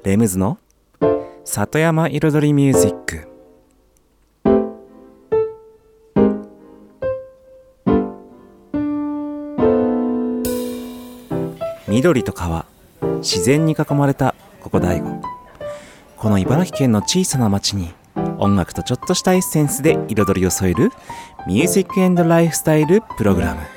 レムズの里山彩りミュージック。緑と川、自然に囲まれたここ大子。この茨城県の小さな町に音楽とちょっとしたエッセンスで彩りを添えるミュージック&ライフスタイルプログラム。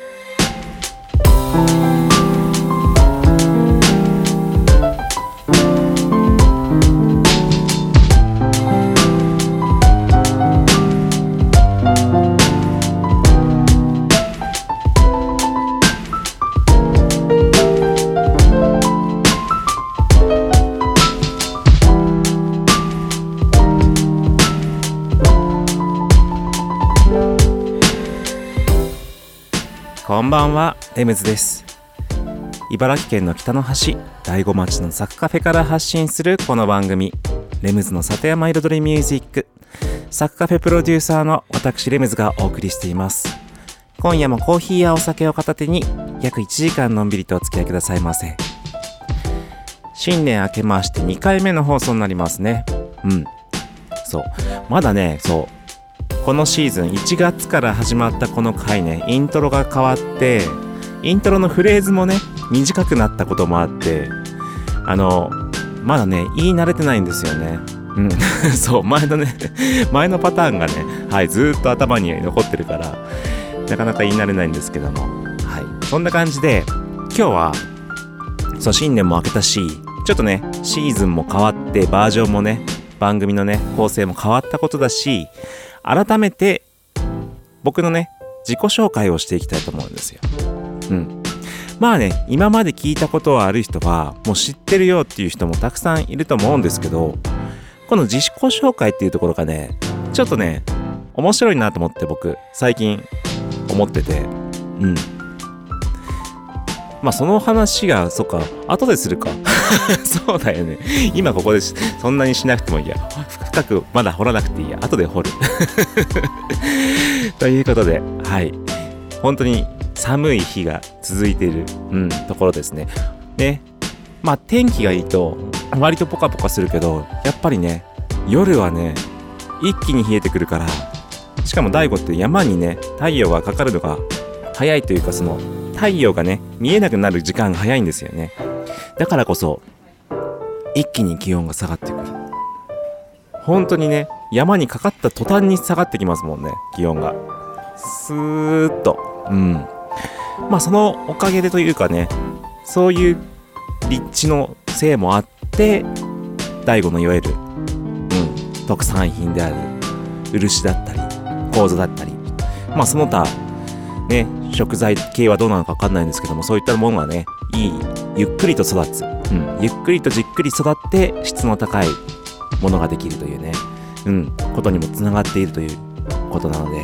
こんばんは、レムズです。茨城県の北の端、大子町のサクカフェから発信するこの番組、レムズの里山彩りミュージック。サクカフェプロデューサーの私レムズがお送りしています。今夜もコーヒーやお酒を片手に約1時間のんびりとお付き合いくださいませ。新年明けまして2回目の放送になりますね。そう、まだね、このシーズン1月から始まったこの回ね、イントロが変わって、イントロのフレーズもね短くなったこともあって、まだね言い慣れてないんですよね。そう、前のパターンがね、ずーっと頭に残ってるからなかなか言い慣れないんですけども、そんな感じで今日は新年も明けたし、ちょっとねシーズンも変わってバージョンもね、番組のね構成も変わったことだし、改めて僕のね自己紹介をしていきたいと思うんですよ。まあね、今まで聞いたことはある人はもう知ってるよっていう人もたくさんいると思うんですけど、この自己紹介っていうところがねちょっとね面白いなと思って、僕最近思ってて、その話が後でするかそうだよね、今ここでそんなにしなくてもいいや、深くまだ掘らなくていいや、後で掘るということで、本当に寒い日が続いている、ところですね。天気がいいと割とポカポカするけど、やっぱりね夜はね一気に冷えてくるから、しかも大子って山にね太陽がかかるのが早いというか、その太陽がね見えなくなる時間が早いんですよね。だからこそ一気に気温が下がってくる。本当にね山にかかった途端に下がってきますもんね、気温がスーッと。そのおかげでというかね、そういう立地のせいもあって、大子のいわゆる、特産品である漆だったり楮だったり、その他ね食材系はどうなのか分かんないんですけども、そういったものがねゆっくりと育つ、ゆっくりとじっくり育って質の高いものができるというね、ことにもつながっているということなので、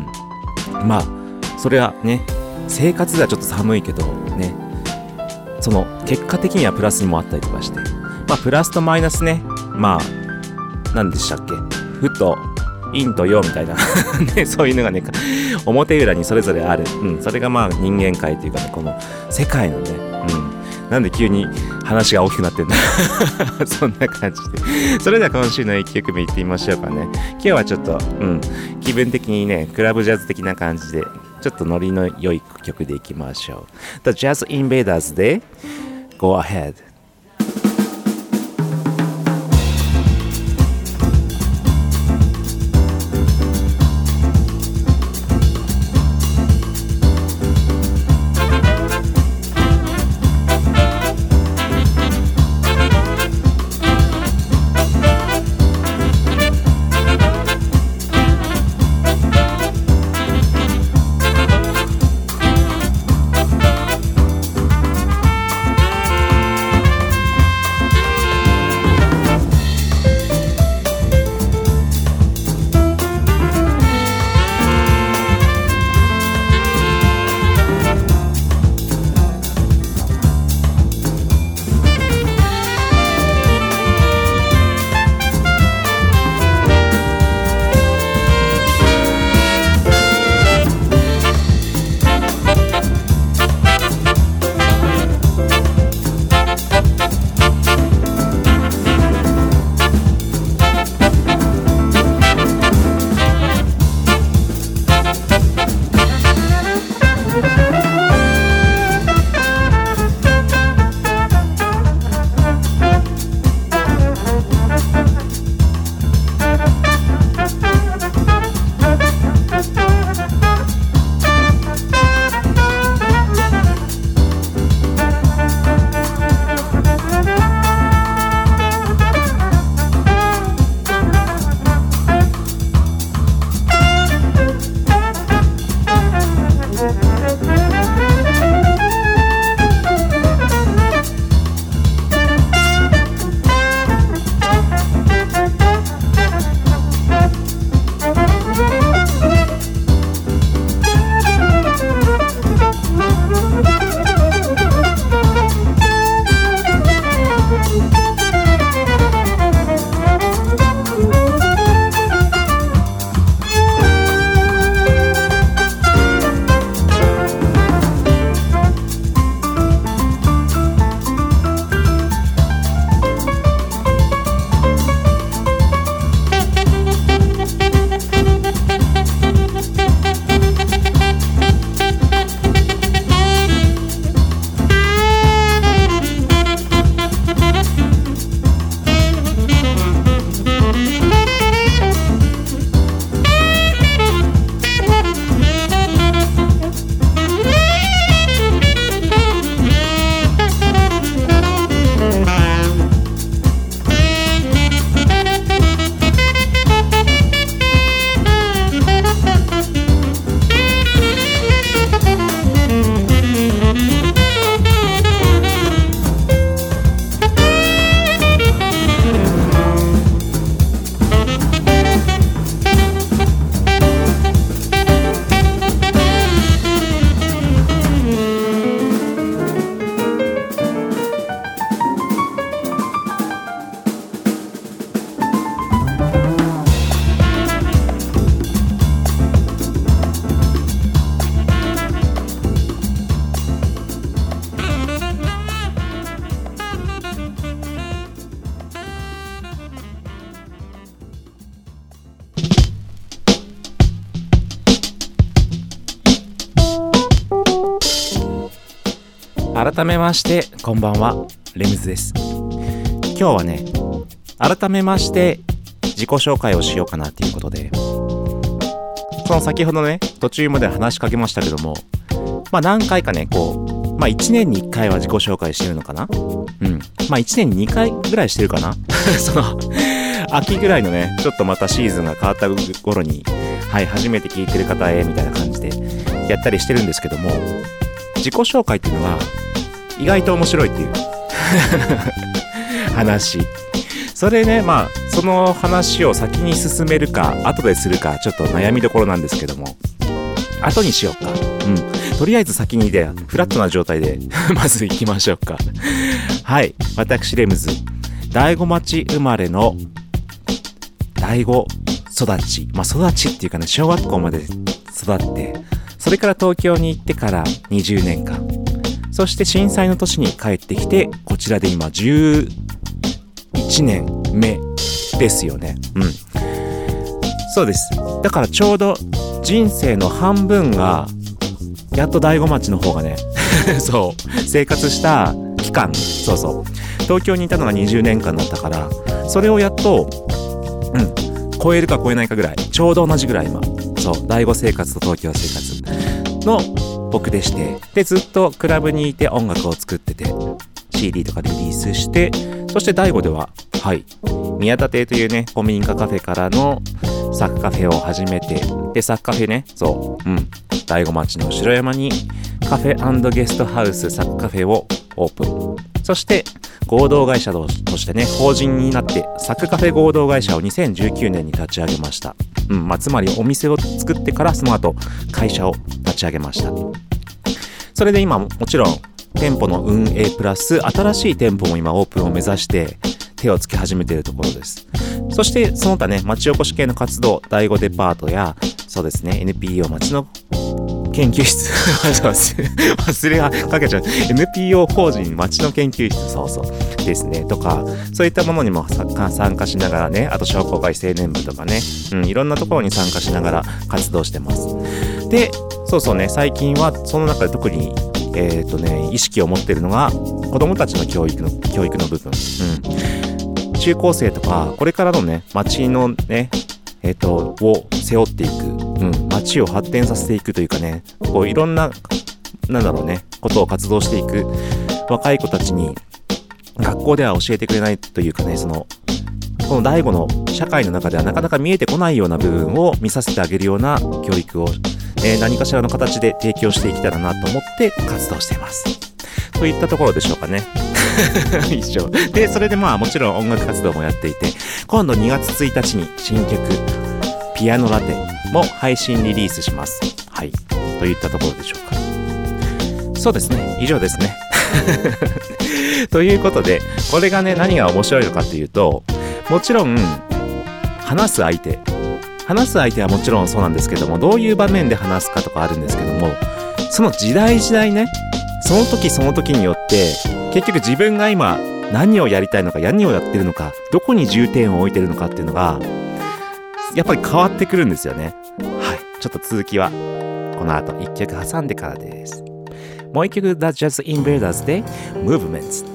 それはね生活ではちょっと寒いけどね、その結果的にはプラスにもあったりとかして、プラスとマイナスね、何でしたっけ、負と陰と陽みたいなね、そういうのがね表裏にそれぞれある、それが人間界というかね、この世界のね、なんで急に話が大きくなってんだそんな感じで、それでは今週の1曲目いってみましょうかね。今日はちょっと、気分的にねクラブジャズ的な感じで、ちょっとノリの良い曲でいきましょう。The Jazz Invaders で Go Ahead。 改めましてこんばんは、レムズです。今日はね、改めまして自己紹介をしようかなっていうことで、その先ほどね、途中まで話しかけましたけども、何回かね、1年に1回は自己紹介してるのかな。1年に2回ぐらいしてるかなその秋ぐらいのね、ちょっとまたシーズンが変わった頃に、初めて聞いてる方へみたいな感じでやったりしてるんですけども、自己紹介っていうのは意外と面白いっていう話。それね、その話を先に進めるか後でするかちょっと悩みどころなんですけども、後にしようか。とりあえず先にでフラットな状態でまず行きましょうか。私レムズ、大子町生まれの大子育ち、育ちっていうかね、小学校まで育って、それから東京に行ってから20年間、そして震災の年に帰ってきて、こちらで今11年目ですよね。そうです。だからちょうど人生の半分がやっと大子町の方がねそう生活した期間、東京にいたのが20年間だったから、それをやっと超えるか超えないかぐらい、ちょうど同じぐらい今、大子生活と東京生活の僕でして、でずっとクラブにいて音楽を作ってて CD とかリリースして、そして大子では宮田亭というね、古民家カフェからのサクカフェを始めて、でサクカフェね、大子町の城山にカフェ&ゲストハウスサクカフェをオープン。そして合同会社としてね、法人になってサクカフェ合同会社を2019年に立ち上げました。つまりお店を作ってからその後会社を立ち上げました。それで今もちろん店舗の運営プラス新しい店舗も今オープンを目指して手をつけ始めているところです。そしてその他ね、町おこし系の活動、第5デパートやそうですね、 NPO 町の研究室忘れかけちゃう NPO 法人町の研究室ですねとか、そういったものにも参加しながらね、あと商工会青年部とかね、いろんなところに参加しながら活動してます。で最近はその中で特に意識を持っているのが子どもたちの教育の部分、中高生とかこれからのね、町のねを背負っていく、町を発展させていくというかね、いろんなことを活動していく若い子たちに学校では教えてくれないというかね、この大子の社会の中ではなかなか見えてこないような部分を見させてあげるような教育を、何かしらの形で提供していけたらなと思って活動しています。といったところでしょうかね。一緒で、それでもちろん音楽活動もやっていて、今度2月1日に新曲ピアノラテも配信リリースします。といったところでしょうか。そうですね、以上ですね。ということで、これがね、何が面白いのかっていうと、もちろん話す相手はもちろんそうなんですけども、どういう場面で話すかとかあるんですけども、その時代ね、その時その時によって結局自分が今何をやりたいのか、何をやってるのか、どこに重点を置いてるのかっていうのがやっぱり変わってくるんですよね。ちょっと続きはこの後1曲挟んでからです。もう1曲、The Jazz Invaders で Movements。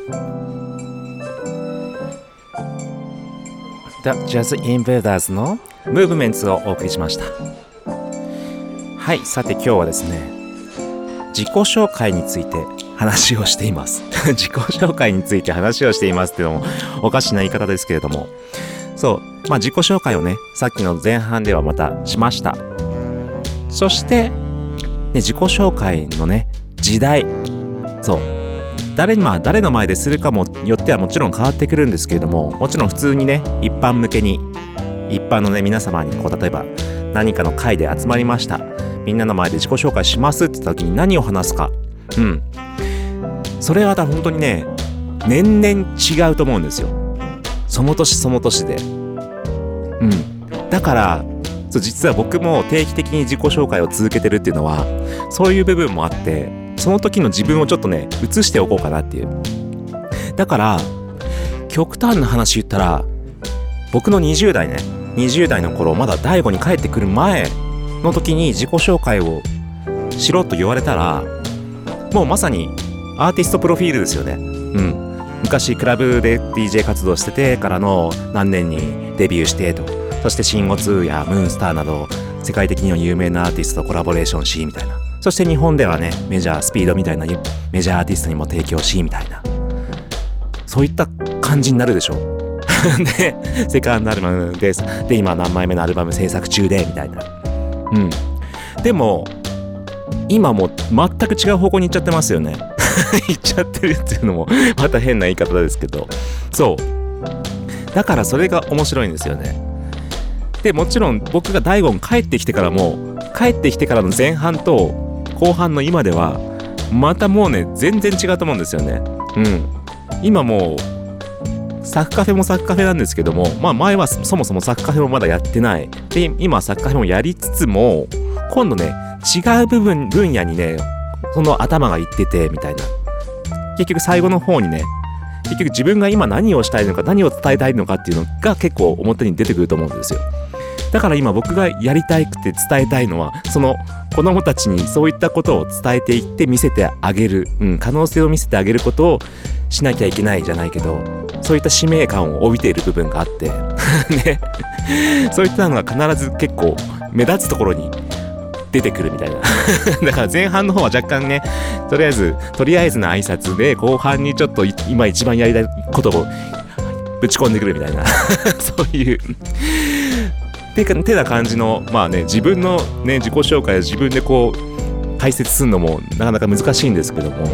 The Jazz Invaders のムーブメンツをお送りしました。はい、さて今日はですね、自己紹介について話をしています自己紹介について話をしていますっていうのもおかしな言い方ですけれども、そう、自己紹介をね、さっきの前半ではまたしました。そして、ね、自己紹介のね、時代、そう誰の前でするかもよってはもちろん変わってくるんですけれども、もちろん普通にね、一般向けに、一般のね、皆様にこう、例えば何かの会で集まりました、みんなの前で自己紹介しますって言った時に何を話すか、それは本当にね、年々違うと思うんですよ。その年その年で、だから実は僕も定期的に自己紹介を続けてるっていうのはそういう部分もあって、その時の自分をちょっとね、映しておこうかなっていう。だから極端な話言ったら、僕の20代の頃、まだ大悟に帰ってくる前の時に自己紹介をしろと言われたら、もうまさにアーティストプロフィールですよね。昔クラブで DJ 活動しててからの何年にデビューしてと、そしてシンゴ2やムーンスターなど世界的には有名なアーティストとコラボレーションしみたいな、そして日本ではね、メジャースピードみたいなメジャーアーティストにも提供しみたいな、そういった感じになるでしょで、セカンドアルバムです。で、今何枚目のアルバム制作中でみたいな。でも今もう全く違う方向に行っちゃってますよね行っちゃってるっていうのもまた変な言い方ですけど、そうだからそれが面白いんですよね。でもちろん僕が大悟に帰ってきてからの前半と後半の今ではまたもうね、全然違うと思うんですよね。今もうサクカフェもサクカフェなんですけども、前はそもそもサクカフェもまだやってないで、今サクカフェもやりつつも、今度ね、違う分野にね、その頭がいっててみたいな、結局最後の方にね、結局自分が今何をしたいのか、何を伝えたいのかっていうのが結構表に出てくると思うんですよ。だから今僕がやりたくて伝えたいのは、その子供たちにそういったことを伝えていって見せてあげる、可能性を見せてあげることをしなきゃいけないじゃないけど、そういった使命感を帯びている部分があってね、そういったのが必ず結構目立つところに出てくるみたいなだから前半の方は若干ね、とりあえずの挨拶で、後半にちょっと今一番やりたいことをぶち込んでくるみたいなそういうてな感じの、自分のね、自己紹介を自分でこう解説するのもなかなか難しいんですけども、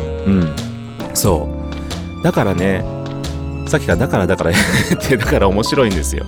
そうだからね、さっきからだからってだから面白いんですよ。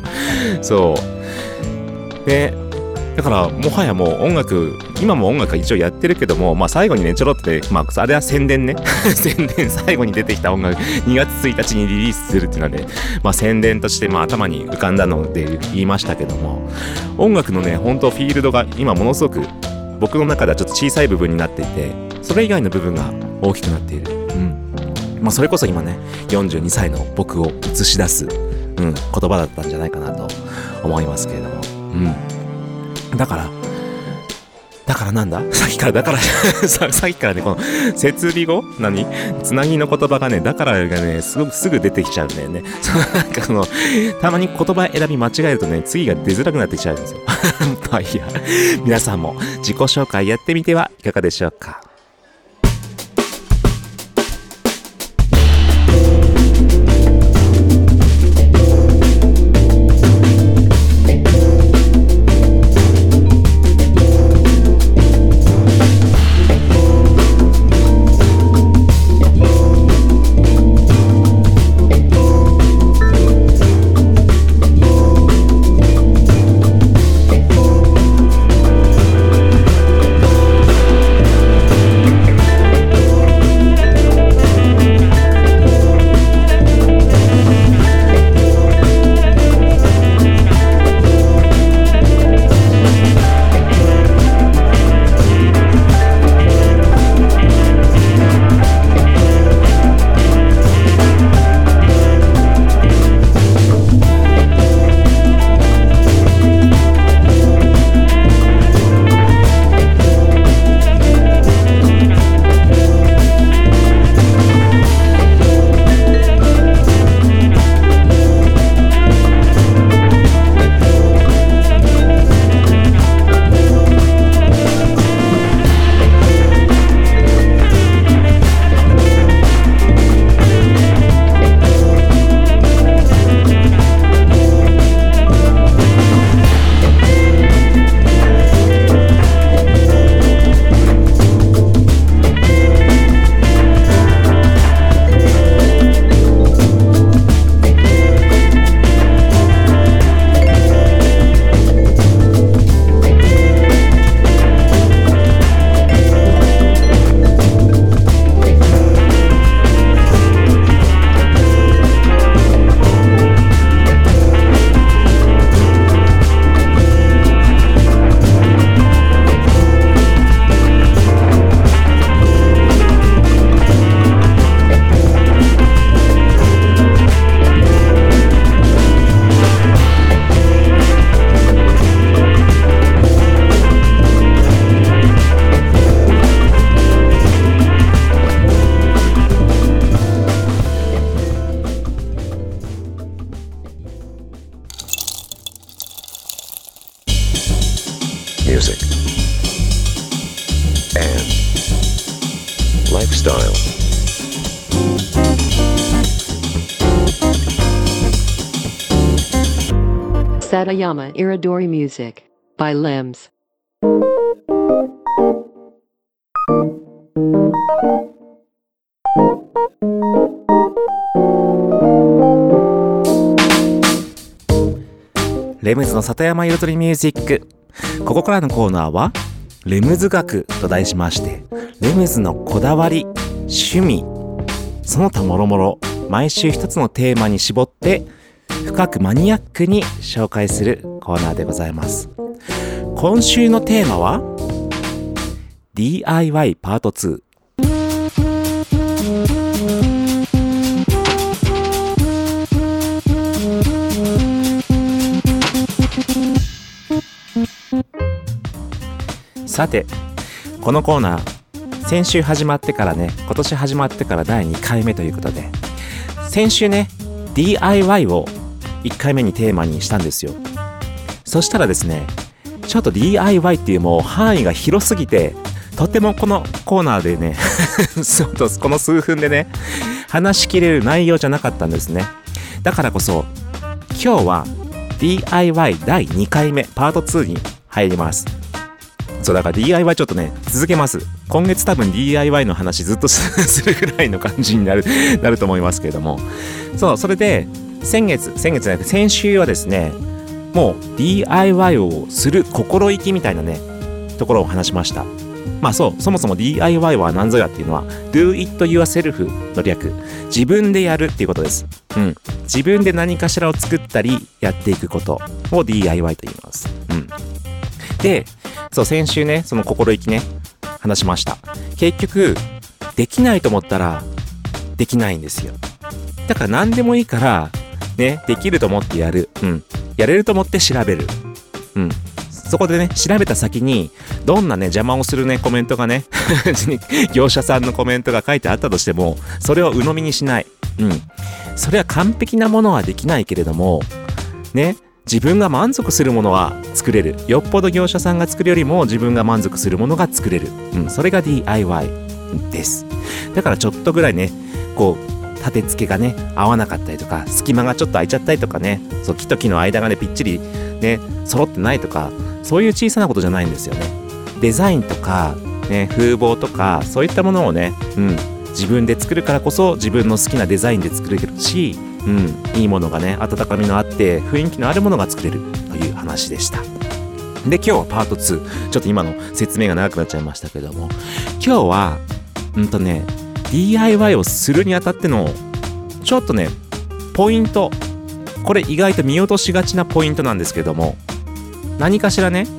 そうで、だからもはやもう今も音楽は一応やってるけども、最後にね、ちょろっとで、あれは宣伝ね宣伝、最後に出てきた音楽2月1日にリリースするっていうので、宣伝として頭に浮かんだので言いましたけども、音楽のね、本当フィールドが今ものすごく僕の中ではちょっと小さい部分になっていて、それ以外の部分が大きくなっている。それこそ今ね、42歳の僕を映し出す、言葉だったんじゃないかなと思いますけれども、だからなんださっきからさっきからね、この設備語つなぎの言葉がね、だからがね、すぐ出てきちゃうんだよね。たまに言葉選び間違えるとね、次が出づらくなってきちゃうんですよいや、皆さんも自己紹介やってみてはいかがでしょうか。 Satayama Iridori Music by Limbs. レムズの里山彩りミュージック。ここからのコーナーはレムズ学と題しまして、レムズのこだわり、趣味、その他もろもろ毎週一つのテーマに絞って深くマニアックに紹介するコーナーでございます。今週のテーマは DIY パート2。さて、このコーナー先週始まってからね、今年始まってから第2回目ということで、先週ね DIY を1回目にテーマにしたんですよ。そしたらですね、ちょっと DIY っていうもう範囲が広すぎて、とてもこのコーナーでねこの数分でね話しきれる内容じゃなかったんですね。だからこそ今日は DIY 第2回目パート2に入ります。そうだから DIY ちょっとね続けます。今月多分 DIY の話ずっとするぐらいの感じになると思いますけれども、それで先月じゃなくて先週はですね、もう DIY をする心意気みたいなねところを話しました。まあそもそも DIY は何ぞやっていうのは Do it yourself の略、自分でやるっていうことです。自分で何かしらを作ったりやっていくことを DIY と言います。で、先週ねその心意気ね話しました。結局できないと思ったらできないんですよ。だから何でもいいからね、できると思ってやる、やれると思って調べる、そこでね調べた先にどんなね邪魔をするねコメントがね業者さんのコメントが書いてあったとしても、それを鵜呑みにしない。それは完璧なものはできないけれどもね、自分が満足するものは作れる。よっぽど業者さんが作るよりも自分が満足するものが作れる。それが DIY です。だからちょっとぐらいね、こう立て付けがね合わなかったりとか、隙間がちょっと空いちゃったりとかね、木と木の間がねぴっちりね揃ってないとか、そういう小さなことじゃないんですよね。デザインとかね、風貌とかそういったものをね、自分で作るからこそ自分の好きなデザインで作れるし、いいものがね、温かみのあって雰囲気のあるものが作れるという話でした。で、今日はパート2。ちょっと今の説明が長くなっちゃいましたけども、今日はDIY をするにあたってのちょっとねポイント、これ意外と見落としがちなポイントなんですけども、何かしらね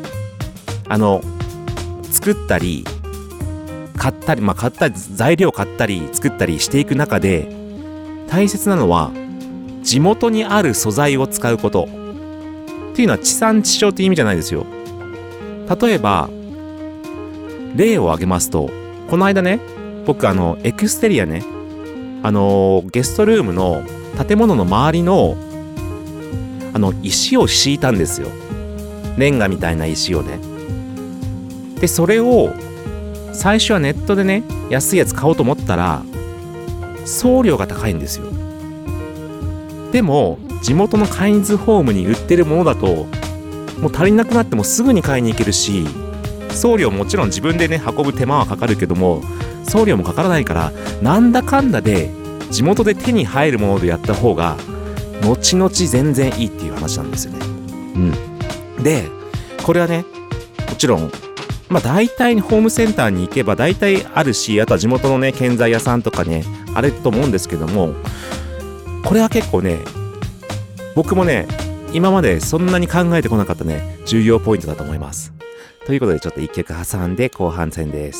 作ったり買ったり、材料買ったり作ったりしていく中で大切なのは地元にある素材を使うことっていうのは地産地消って意味じゃないですよ。例えば例を挙げますと、この間ね僕エクステリアね、ゲストルームの建物の周りの石を敷いたんですよ。レンガみたいな石をね。でそれを最初はネットでね安いやつ買おうと思ったら送料が高いんですよ。でも地元のカインズホームに売ってるものだともう足りなくなってもすぐに買いに行けるし、送料もちろん自分でね運ぶ手間はかかるけども送料もかからないから、なんだかんだで地元で手に入るものでやった方が後々全然いいっていう話なんですよね。でこれはねもちろん大体ホームセンターに行けば大体あるし、あとは地元のね建材屋さんとかねあれと思うんですけども、これは結構ね僕もね今までそんなに考えてこなかったね重要ポイントだと思います。ということでちょっと一曲挟んで後半戦です。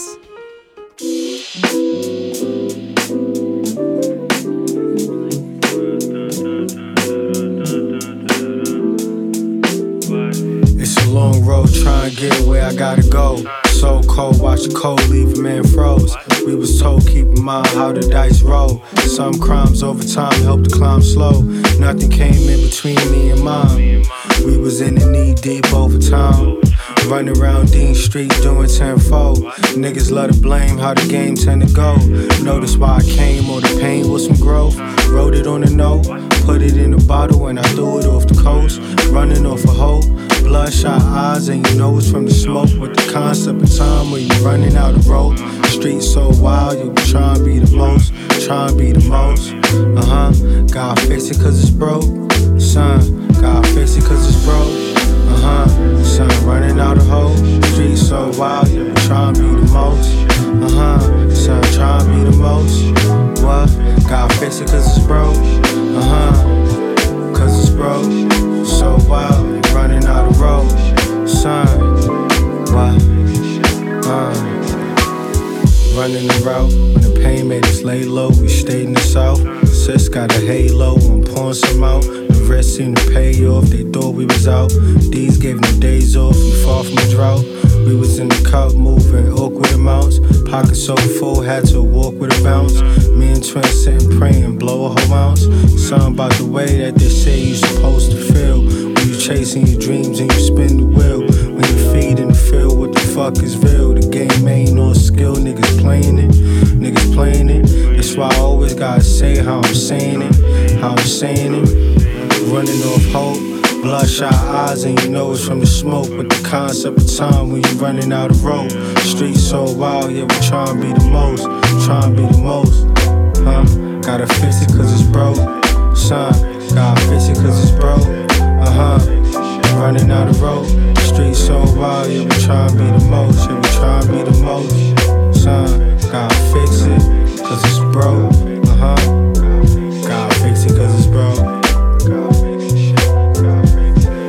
Long road trying to get where I gotta go. So cold, watch the cold leave a man froze. We was told keep in mind how the dice roll. Some crimes over time help to climb slow. Nothing came in between me and mine. We was in the knee deep over time. Running around Dean Street doing tenfold. Niggas love to blame how the game tend to go. Notice why I came or the pain was some growth. Wrote it on a note, put it in a bottle and I threw it off the coast. most. Running off of hope, bloodshot eyes, and you know it's from the smoke. With the concept of time when you're running out of road. Streets so wild, you try and be the most, try and be the most. Gotta fix it cause it's broke, son. Gotta fix it cause it's broke. Son, running out of hope. Streets so wild, you try and be the most. Son, try and be the most. What? Gotta fix it cause it's broke. Cause it's broke. So wild, running out of road. Son, what? Running the route when the pain made us lay low. We stayed in the south. Sis got a halo, I'm pouring some out. The rest seemed to pay off. They thought we was out. These gave them days off. We far from a drought. We was in the cup moving awkward amounts. Pockets so full, had to walk with a bounce. Me and Twin sitting praying, blow a whole ounce. Something about the way that they say you supposed to feel when you chasing your dreams and you spin the wheel. When you feed in the field, what the fuck is real? The game ain't no skill, niggas playing it. Niggas playing it. That's why I always gotta say how I'm saying it. How I'm saying it. Running off hope, bloodshot eyes, and you know it's from the smoke. With the concept of time when you're running out of road. Streets so wild, yeah, we try and be the most. Try and be the most. Gotta fix it cause it's broke. Son, gotta fix it cause it's broke. Running out of road. Streets so wild, yeah, we try and be the most. Yeah, we try and be the most. Son, gotta fix it cause it's broke. Gotta fix it cause it's broke. Gotta fix it, gotta fix it.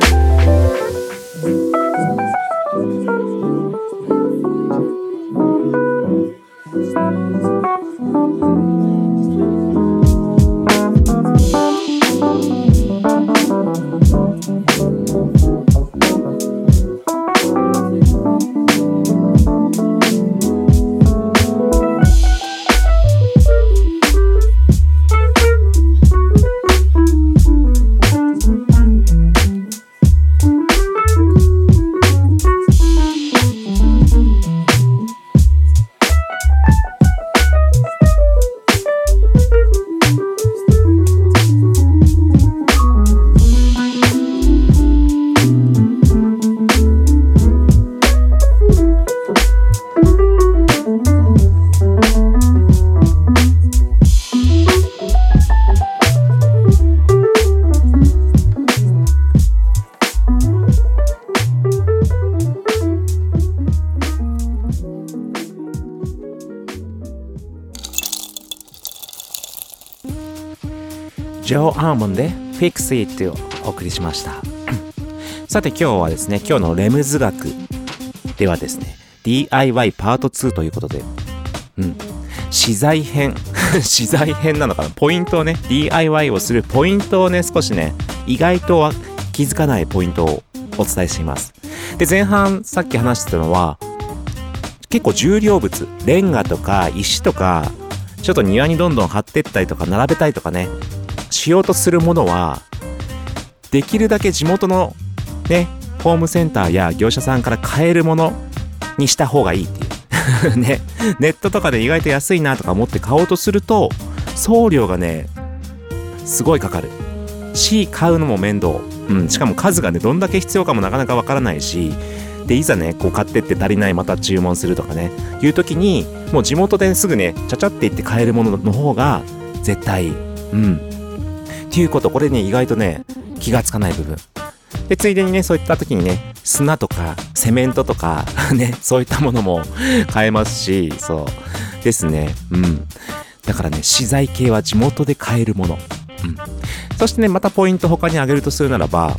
ジョー・アーモンで Fix It をお送りしましたさて今日はですね、今日のレムズ学ではですね DIY パート2ということで資材編資材編なのかな、ポイントをね DIY をするポイントをね少しね意外とは気づかないポイントをお伝えします。で前半さっき話してたのは結構重量物、レンガとか石とかちょっと庭にどんどん貼ってったりとか並べたりとかねしようとするものはできるだけ地元のねホームセンターや業者さんから買えるものにした方がいいっていうね、ネットとかで意外と安いなとか思って買おうとすると送料がねすごいかかるし、買うのも面倒、しかも数がねどんだけ必要かもなかなかわからないし、でいざねこう買ってって足りないまた注文するとかねいう時にもう地元ですぐねちゃちゃっていって買えるものの方が絶対いい。っていうこと、これね意外とね気がつかない部分で、ついでにねそういった時にね砂とかセメントとかねそういったものも買えますし、そうですね。だからね資材系は地元で買えるもの。そしてねまたポイント他に挙げるとするならば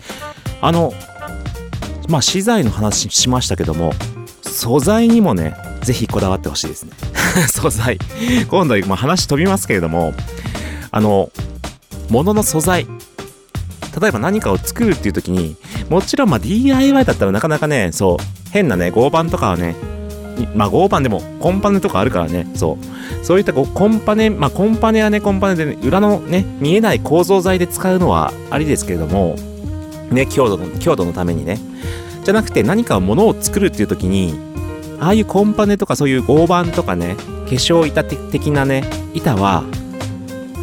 資材の話しましたけども、素材にもねぜひこだわってほしいですね素材今度話飛びますけれども、物の素材、例えば何かを作るっていう時にもちろんDIY だったらなかなかね変なね合板とかはね合板でもコンパネとかあるからねそういったコンパネコンパネはねコンパネで、ね、裏のね見えない構造材で使うのはありですけれどもね強度のためにねじゃなくて何か物を作るっていう時にああいうコンパネとかそういう合板とかね化粧板的なね板は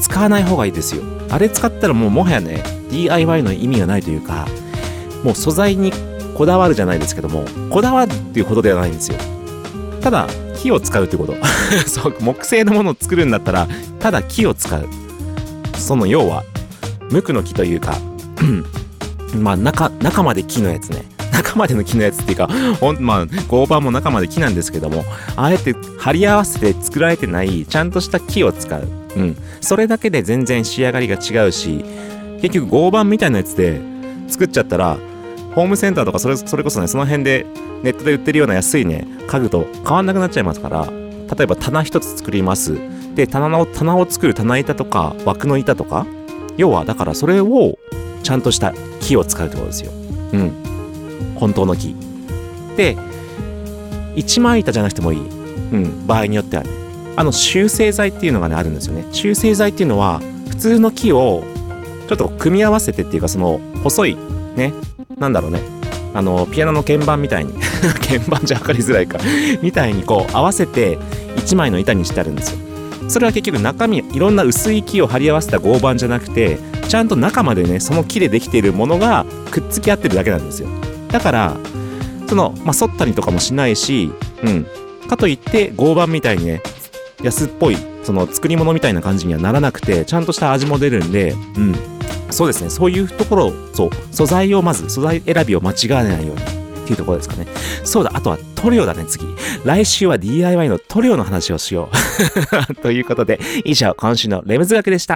使わない方がいいですよ。あれ使ったらもはやね DIY の意味がないというか、もう素材にこだわるじゃないですけども、こだわるっていうほどではないんですよ。ただ木を使うってことそう木製のものを作るんだったらただ木を使う、その要は無垢の木というかまあ中まで木のやつね、中までの木のやつっていうか、まあ合板も中まで木なんですけども、あえて貼り合わせて作られてないちゃんとした木を使う、それだけで全然仕上がりが違うし、結局合板みたいなやつで作っちゃったらホームセンターとかそれこそね、その辺でネットで売ってるような安いね家具と変わんなくなっちゃいますから、例えば棚一つ作ります。で棚を作る棚板とか枠の板とか、要はだからそれをちゃんとした木を使うってことですよ。本当の木で一枚板じゃなくてもいい、場合によってはね、集成材っていうのがねあるんですよね。集成材っていうのは普通の木をちょっと組み合わせてっていうか、その細いね、なんだろうね、ピアノの鍵盤みたいに鍵盤じゃ分かりづらいかみたいにこう合わせて一枚の板にしてあるんですよ。それは結局中身いろんな薄い木を貼り合わせた合板じゃなくて、ちゃんと中までねその木でできているものがくっつき合ってるだけなんですよ。だから反ったりとかもしないし、かといって合板みたいにね安っぽいその作り物みたいな感じにはならなくて、ちゃんとした味も出るんで、そうですね、そういうところを、素材選びを間違わないようにっていうところですかね。そうだ、あとは塗料だね。次来週は DIY の塗料の話をしようということで、以上今週のレムズ学でした。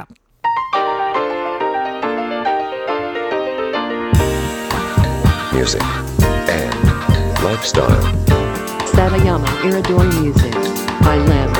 Music and lifestyle. Satayama Iridori Music by Lems.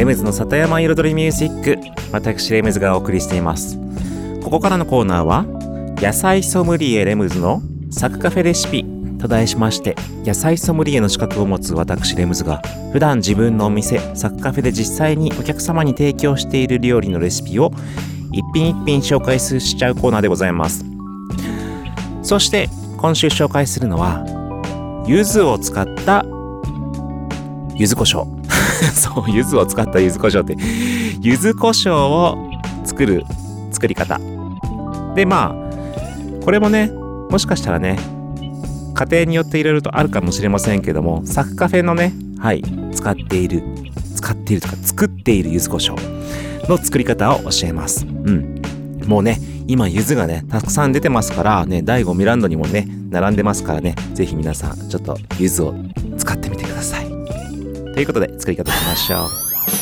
レムズの里山彩りミュージック、私レムズがお送りしています。ここからのコーナーは野菜ソムリエレムズのサクカフェレシピと題しまして、野菜ソムリエの資格を持つ私レムズが普段自分のお店サクカフェで実際にお客様に提供している料理のレシピを一品一品紹介しちゃうコーナーでございます。そして今週紹介するのは柚子を使った柚子胡椒そう、柚子を使った柚子胡椒って柚子胡椒を作り方で、これもね、もしかしたらね、家庭によっていろいろとあるかもしれませんけども、サクカフェのね、使っているとか作っている柚子胡椒の作り方を教えます。もうね、今柚子がねたくさん出てますからね、第5ミランドにもね並んでますからね、ぜひ皆さんちょっと柚子を使ってみてください。ということで作り方いきましょ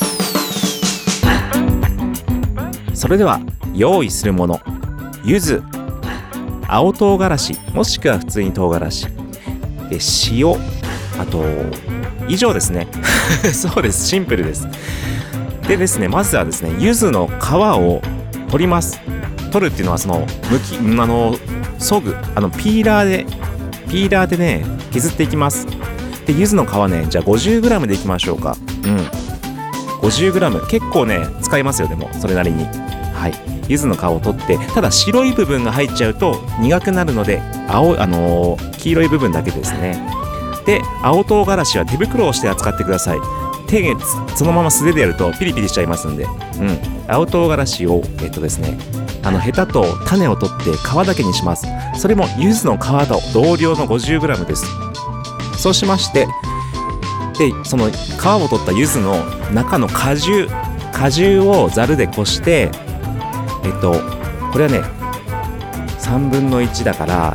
う。それでは用意するもの、柚子、青唐辛子もしくは普通に唐辛子で、塩、あと以上ですねそうです、シンプルです。でですね、まずはですね、柚子の皮を取ります。取るっていうのはその削ぐピーラーでね削っていきます。で、柚子の皮ね、じゃあ 50g でいきましょうか。50g 結構ね使いますよ。でもそれなりに柚子の皮を取って、ただ白い部分が入っちゃうと苦くなるので黄色い部分だけですね。で、青唐辛子は手袋をして扱ってください。手そのまま素手でやるとピリピリしちゃいますんで、青唐辛子をですね、ヘタと種を取って皮だけにします。それも柚子の皮と同量の 50g です。そうしまして、でその皮を取った柚子の中の果汁をざるでこして、これはね3分の1だから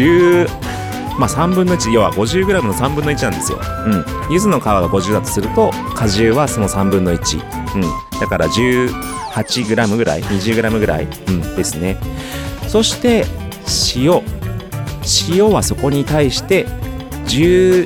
3分の1、要は 50g の3分の1なんですよ。柚子の皮が50だとすると果汁はその3分の1、だから 18g ぐらい 20g ぐらい、ですね。そして塩はそこに対して15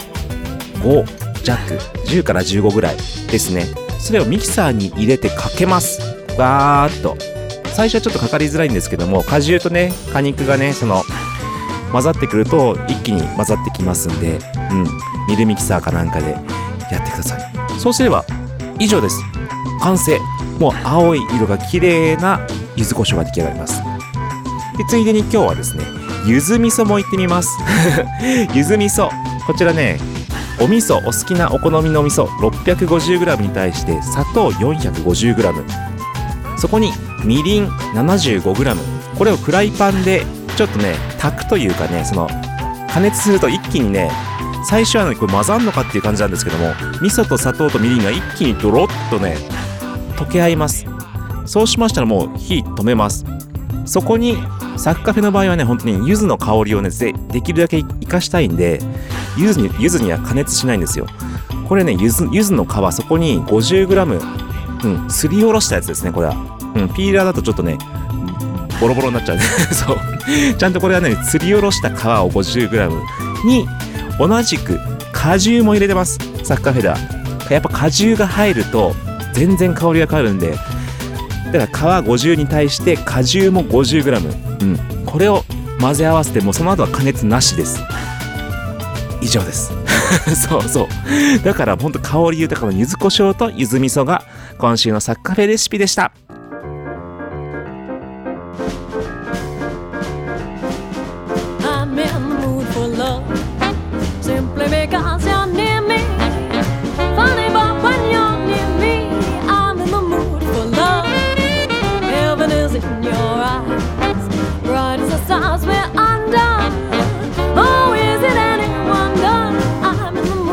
弱、10から15ぐらいですね。それをミキサーに入れてかけます。バーっと。最初はちょっとかかりづらいんですけども、果汁とね果肉がね混ざってくると一気に混ざってきますんで、ミルミキサーかなんかでやってください。そうすれば以上です。完成。もう青い色が綺麗な柚子胡椒が出来上がります。で、ついでに今日はですね、柚子味噌もいってみます柚子味噌、こちらね、お味噌、お好きなお好みの味噌 650g に対して砂糖 450g、 そこにみりん 75g、 これをフライパンでちょっとね炊くというかね、加熱すると一気にね、最初はねこれ混ざんのかっていう感じなんですけども、味噌と砂糖とみりんが一気にドロッとね溶け合います。そうしましたらもう火止めます。そこにサクカフェの場合はね、本当に柚子の香りをねできるだけ生かしたいんで、柚子には加熱しないんですよ。これね、柚子の皮、そこに 50g、すりおろしたやつですね。これは、ピーラーだとちょっとねボロボロになっちゃうそうちゃんとこれはね、すりおろした皮を 50g に同じく果汁も入れてます。サクカフェではやっぱ果汁が入ると全然香りが変わるんで、だから皮50に対して果汁も 50g、これを混ぜ合わせて、もうその後は加熱なしです。以上ですそうだから本当香り豊かな柚子胡椒と柚子味噌が今週のサクカフェレシピでした。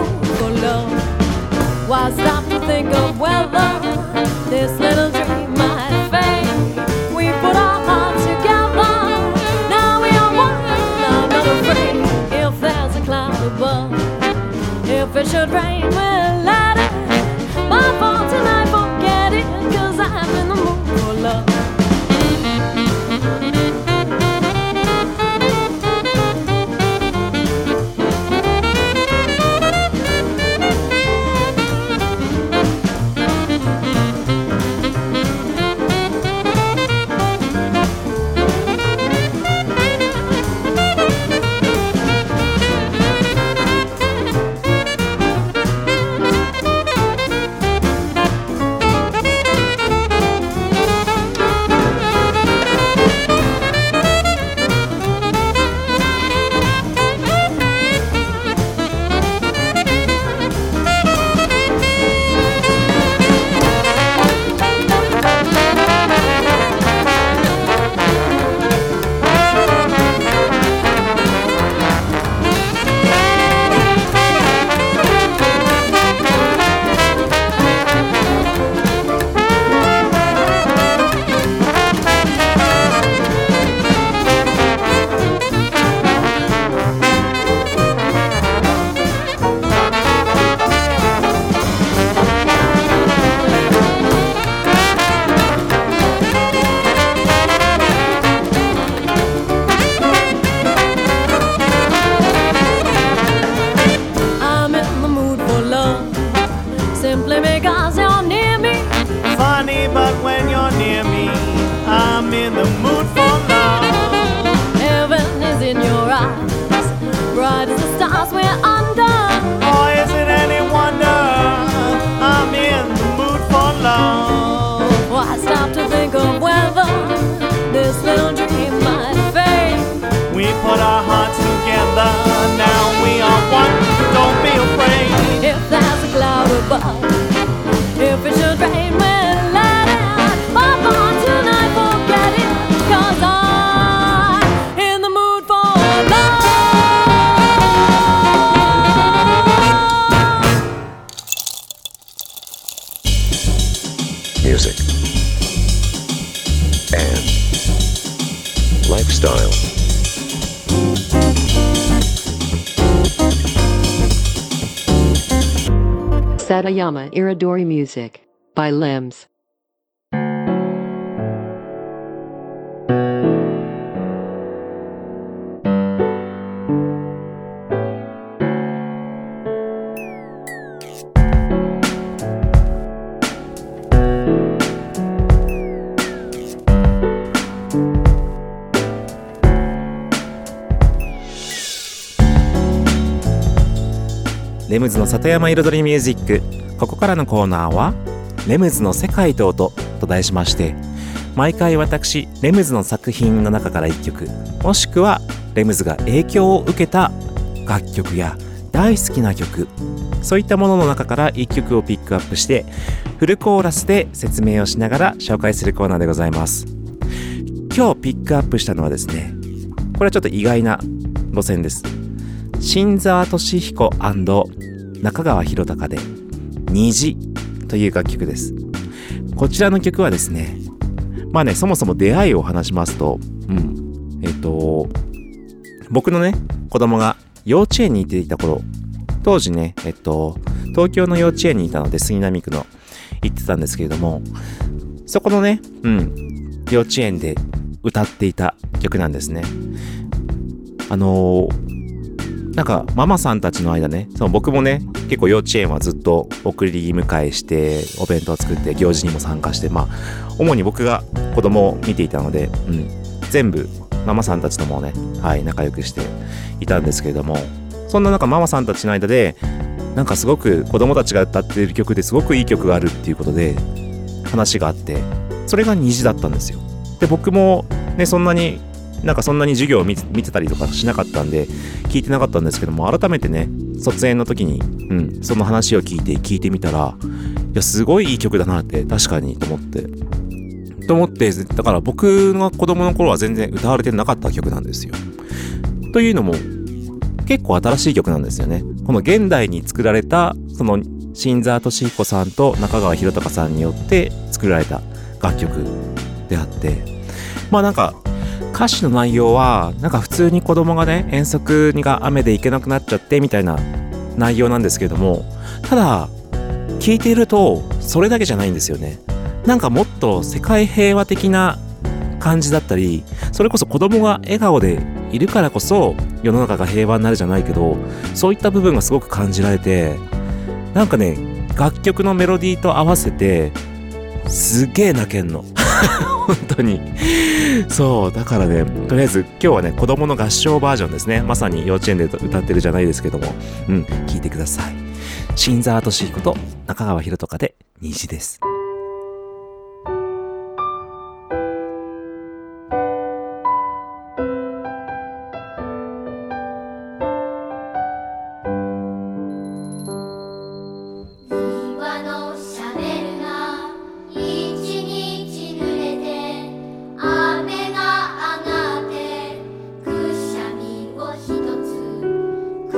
Why stop to think of whether this little dream We put our hearts together, now we are one, don't be afraid. If there's a cloud above, if it should rain, we'll let it. Pop on tonight, forget it, 'cause I'm in the mood for love. Music and lifestyle. Satayama Iridori Music by Limbs. レムズの里山彩りミュージック。ここからのコーナーはレムズの世界と音と題しまして、毎回私レムズの作品の中から1曲、もしくはレムズが影響を受けた楽曲や大好きな曲、そういったものの中から1曲をピックアップしてフルコーラスで説明をしながら紹介するコーナーでございます。今日ピックアップしたのはですね、これはちょっと意外な路線です。新沢俊彦&中川博隆で虹という楽曲です。こちらの曲はですね、まあね、そもそも出会いを話しますと、僕のね、子供が幼稚園に行っていた頃、当時ね、東京の幼稚園にいたので杉並区の行ってたんですけれども、そこのね、幼稚園で歌っていた曲なんですね。なんかママさんたちの間ね、僕もね結構幼稚園はずっと送り迎えしてお弁当を作って行事にも参加して、まあ主に僕が子供を見ていたので、全部ママさんたちともね、仲良くしていたんですけれども、そんな中ママさんたちの間でなんかすごく子供たちが歌っている曲ですごくいい曲があるっていうことで話があって、それが虹だったんですよ。で僕もねそんなに授業を見てたりとかしなかったんで聞いてなかったんですけども、改めてね卒園の時に、その話を聞いてみたら、いやすごいいい曲だなって、確かにと思って、だから僕の子供の頃は全然歌われてなかった曲なんですよ。というのも結構新しい曲なんですよね。この現代に作られたその新沢俊彦さんと中川博隆さんによって作られた楽曲であって、まあなんか歌詞の内容はなんか普通に子供がね遠足が雨で行けなくなっちゃってみたいな内容なんですけども、ただ聞いているとそれだけじゃないんですよね。なんかもっと世界平和的な感じだったり、それこそ子供が笑顔でいるからこそ世の中が平和になるじゃないけど、そういった部分がすごく感じられて、なんかね楽曲のメロディーと合わせてすげえ泣けんの本当にそうだからね、とりあえず今日はね子供の合唱バージョンですね。まさに幼稚園で歌ってるじゃないですけども、聞いてください。新沢俊彦と中川博隆で虹です。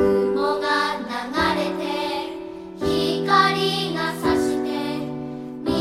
光が差して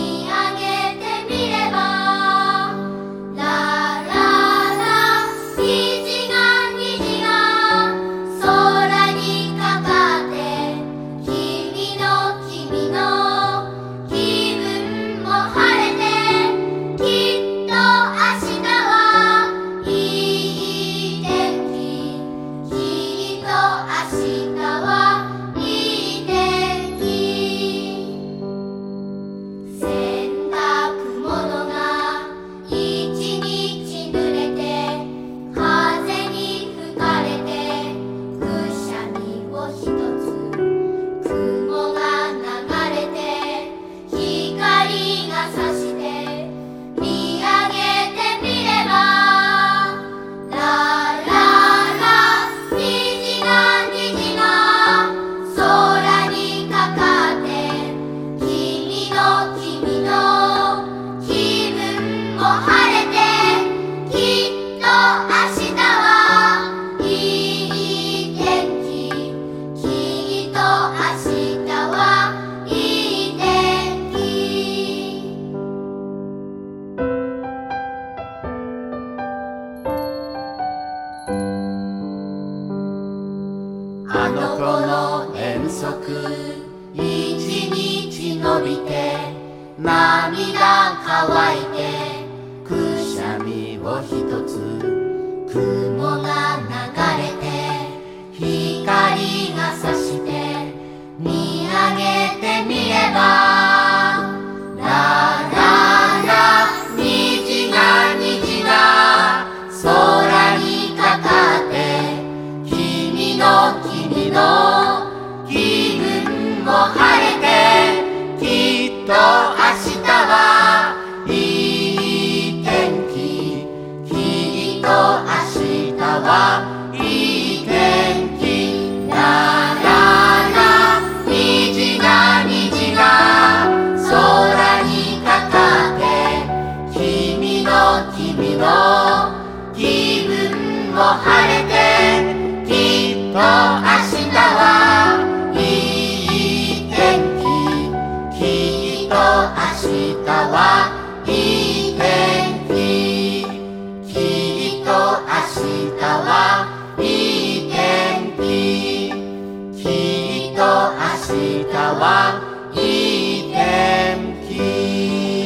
日はいい天気、きっと明日はいい天気。あの子の遠足一日伸びて涙乾いてくしゃみをひとつ、雲が流れて光が差して見上げてみれば、ラララ虹が虹が空にかかって君の気分も晴れて、きっと明日はいい天気、きっと明日はいい天気。ラララ虹が虹が空にかかって君の気分も晴れて、きっと明日はいい天気、きっと明日はいい天気、きっと明日はいい天気、きっと明日はいい天気。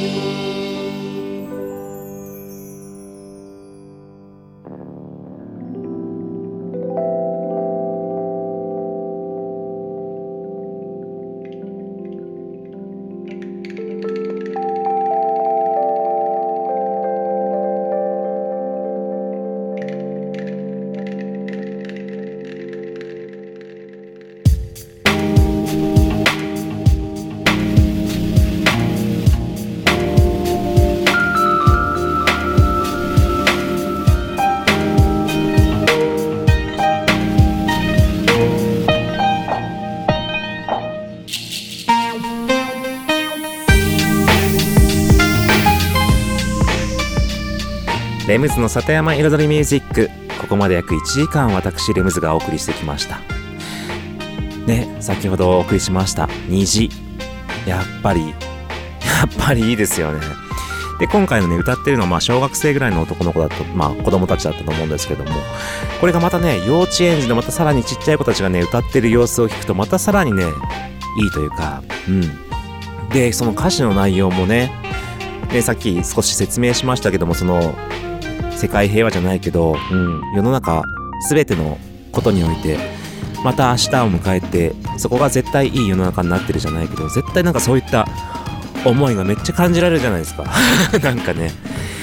レムズの里山彩りミュージック、ここまで約1時間私レムズがお送りしてきましたね。先ほどお送りしました虹、やっぱりいいですよね。で今回のね歌ってるのは小学生ぐらいの男の子だと、子供たちだったと思うんですけども、これがまたね幼稚園児でまたさらにちっちゃい子たちがね歌ってる様子を聞くとまたさらにねいいというか、でその歌詞の内容もね、さっき少し説明しましたけども、その世界平和じゃないけど、世の中すべてのことにおいてまた明日を迎えて、そこが絶対いい世の中になってるじゃないけど、絶対なんかそういった思いがめっちゃ感じられるじゃないですかなんかね、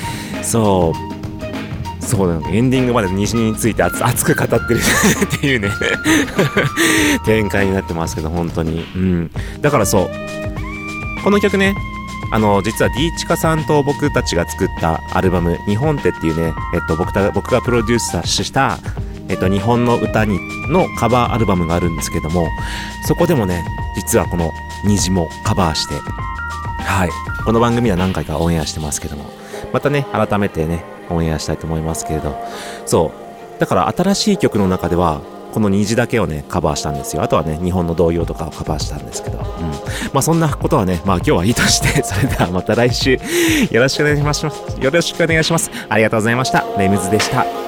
そうなんかエンディングまで虹について熱く語ってるっていうね展開になってますけど、本当にだからこの曲ね、実は D チカさんと僕たちが作ったアルバム日本手っていうね、僕がプロデュースした日本の歌のカバーアルバムがあるんですけども、そこでもね実はこの虹もカバーして、この番組は何回かオンエアしてますけども、またね改めてねオンエアしたいと思いますけれど、だから新しい曲の中ではこの虹だけをねカバーしたんですよ。あとはね日本の童謡とかをカバーしたんですけど、そんなことはね今日はいいとして、それではまた来週よろしくお願いします。ありがとうございました。レムズでした。